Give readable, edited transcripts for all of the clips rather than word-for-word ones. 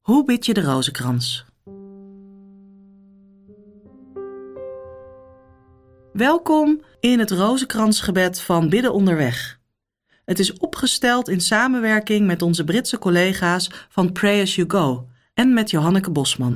Hoe bid je de rozenkrans? Welkom in het rozenkransgebed van Bidden Onderweg. Het is opgesteld in samenwerking met onze Britse collega's van Pray As You Go en met Johanneke Bosman.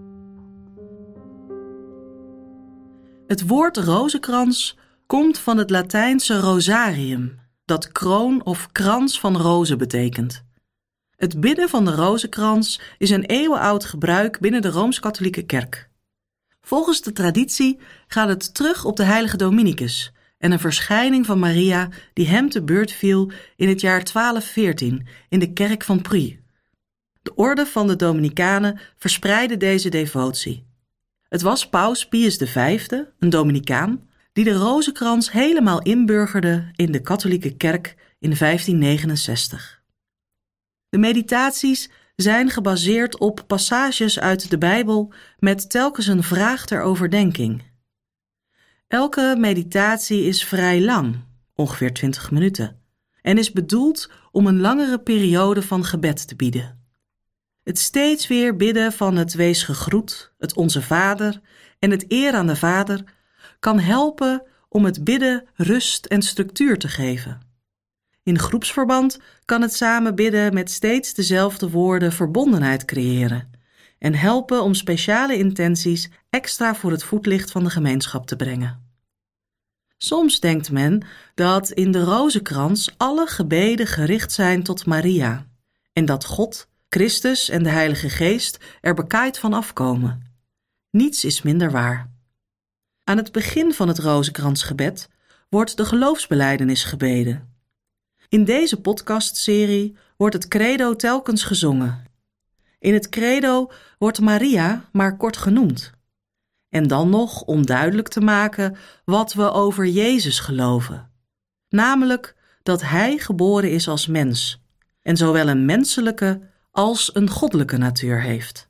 Het woord rozenkrans komt van het Latijnse rosarium, dat kroon of krans van rozen betekent. Het bidden van de rozenkrans is een eeuwenoud gebruik binnen de Rooms-Katholieke Kerk. Volgens de traditie gaat het terug op de heilige Dominicus en een verschijning van Maria die hem te beurt viel in het jaar 1214 in de kerk van Pruy. De orde van de Dominicanen verspreidde deze devotie. Het was paus Pius V, een Dominicaan, die de rozenkrans helemaal inburgerde in de katholieke kerk in 1569. De meditaties zijn gebaseerd op passages uit de Bijbel met telkens een vraag ter overdenking. Elke meditatie is vrij lang, ongeveer 20 minuten, en is bedoeld om een langere periode van gebed te bieden. Het steeds weer bidden van het Wees gegroet, het Onze Vader en het Eer aan de Vader kan helpen om het bidden rust en structuur te geven. In groepsverband kan het samen bidden met steeds dezelfde woorden verbondenheid creëren en helpen om speciale intenties extra voor het voetlicht van de gemeenschap te brengen. Soms denkt men dat in de rozenkrans alle gebeden gericht zijn tot Maria en dat God, Christus en de Heilige Geest er bekaaid van afkomen. Niets is minder waar. Aan het begin van het rozenkransgebed wordt de geloofsbelijdenis gebeden. In deze podcastserie wordt het credo telkens gezongen. In het credo wordt Maria maar kort genoemd. En dan nog om duidelijk te maken wat we over Jezus geloven. Namelijk dat Hij geboren is als mens en zowel een menselijke als een goddelijke natuur heeft.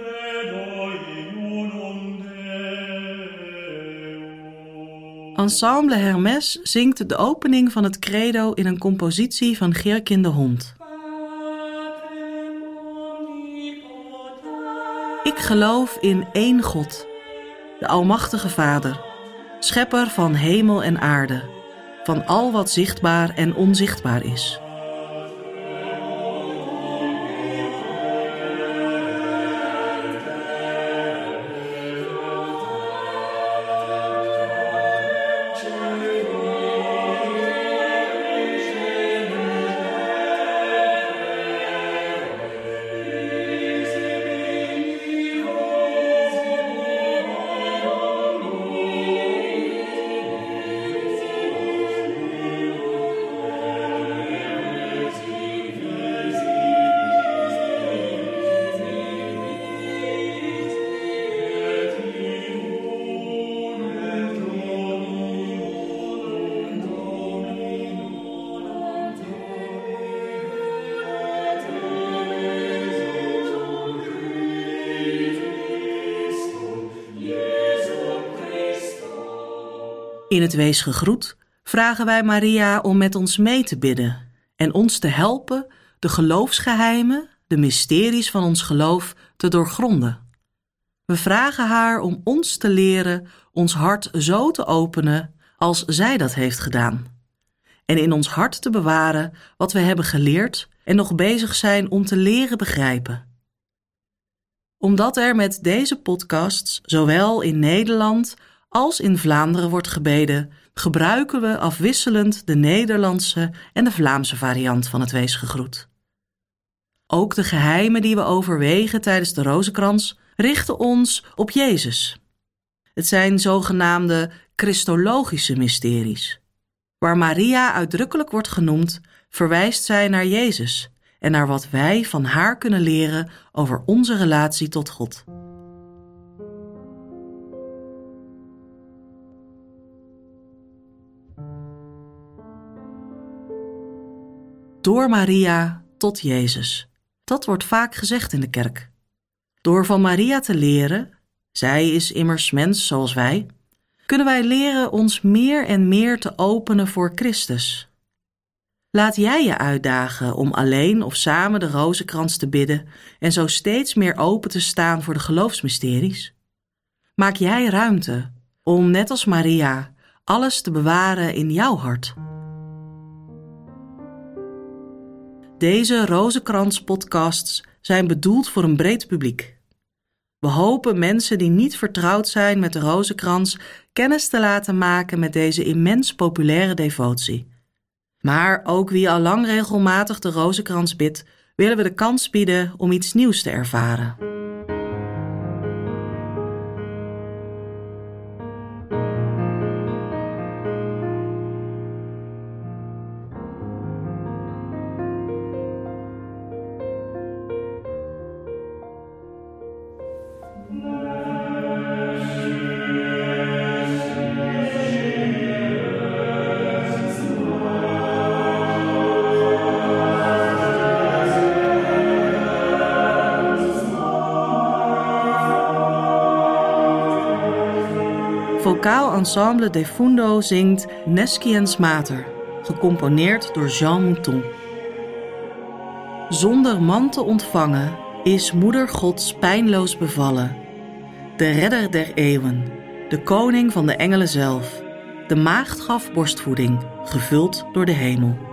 Ensemble Hermès zingt de opening van het credo in een compositie van Geerkin de Hond. Ik geloof in één God, de Almachtige Vader, schepper van hemel en aarde, van al wat zichtbaar en onzichtbaar is. In het Wees gegroet vragen wij Maria om met ons mee te bidden en ons te helpen de geloofsgeheimen, de mysteries van ons geloof te doorgronden. We vragen haar om ons te leren ons hart zo te openen als zij dat heeft gedaan. En in ons hart te bewaren wat we hebben geleerd en nog bezig zijn om te leren begrijpen. Omdat er met deze podcasts zowel in Nederland als in Vlaanderen wordt gebeden, gebruiken we afwisselend de Nederlandse en de Vlaamse variant van het Wees gegroet. Ook de geheimen die we overwegen tijdens de rozenkrans richten ons op Jezus. Het zijn zogenaamde christologische mysteries. Waar Maria uitdrukkelijk wordt genoemd, verwijst zij naar Jezus en naar wat wij van haar kunnen leren over onze relatie tot God. Door Maria tot Jezus. Dat wordt vaak gezegd in de kerk. Door van Maria te leren, zij is immers mens zoals wij, kunnen wij leren ons meer en meer te openen voor Christus. Laat jij je uitdagen om alleen of samen de rozenkrans te bidden en zo steeds meer open te staan voor de geloofsmysteries? Maak jij ruimte om, net als Maria, alles te bewaren in jouw hart? Deze Rozenkrans-podcasts zijn bedoeld voor een breed publiek. We hopen mensen die niet vertrouwd zijn met de rozenkrans kennis te laten maken met deze immens populaire devotie. Maar ook wie al lang regelmatig de rozenkrans bidt, willen we de kans bieden om iets nieuws te ervaren. Vocaal ensemble De Fundo zingt Nesciens Mater, gecomponeerd door Jean Mouton. Zonder man te ontvangen is Moeder Gods pijnloos bevallen. De redder der eeuwen, de koning van de engelen zelf. De maagd gaf borstvoeding, gevuld door de hemel.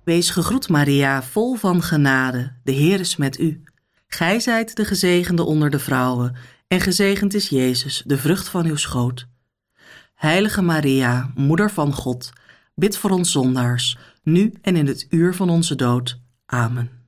Wees gegroet, Maria, vol van genade, de Heer is met u. Gij zijt de gezegende onder de vrouwen, en gezegend is Jezus, de vrucht van uw schoot. Heilige Maria, Moeder van God, bid voor ons zondaars, nu en in het uur van onze dood. Amen.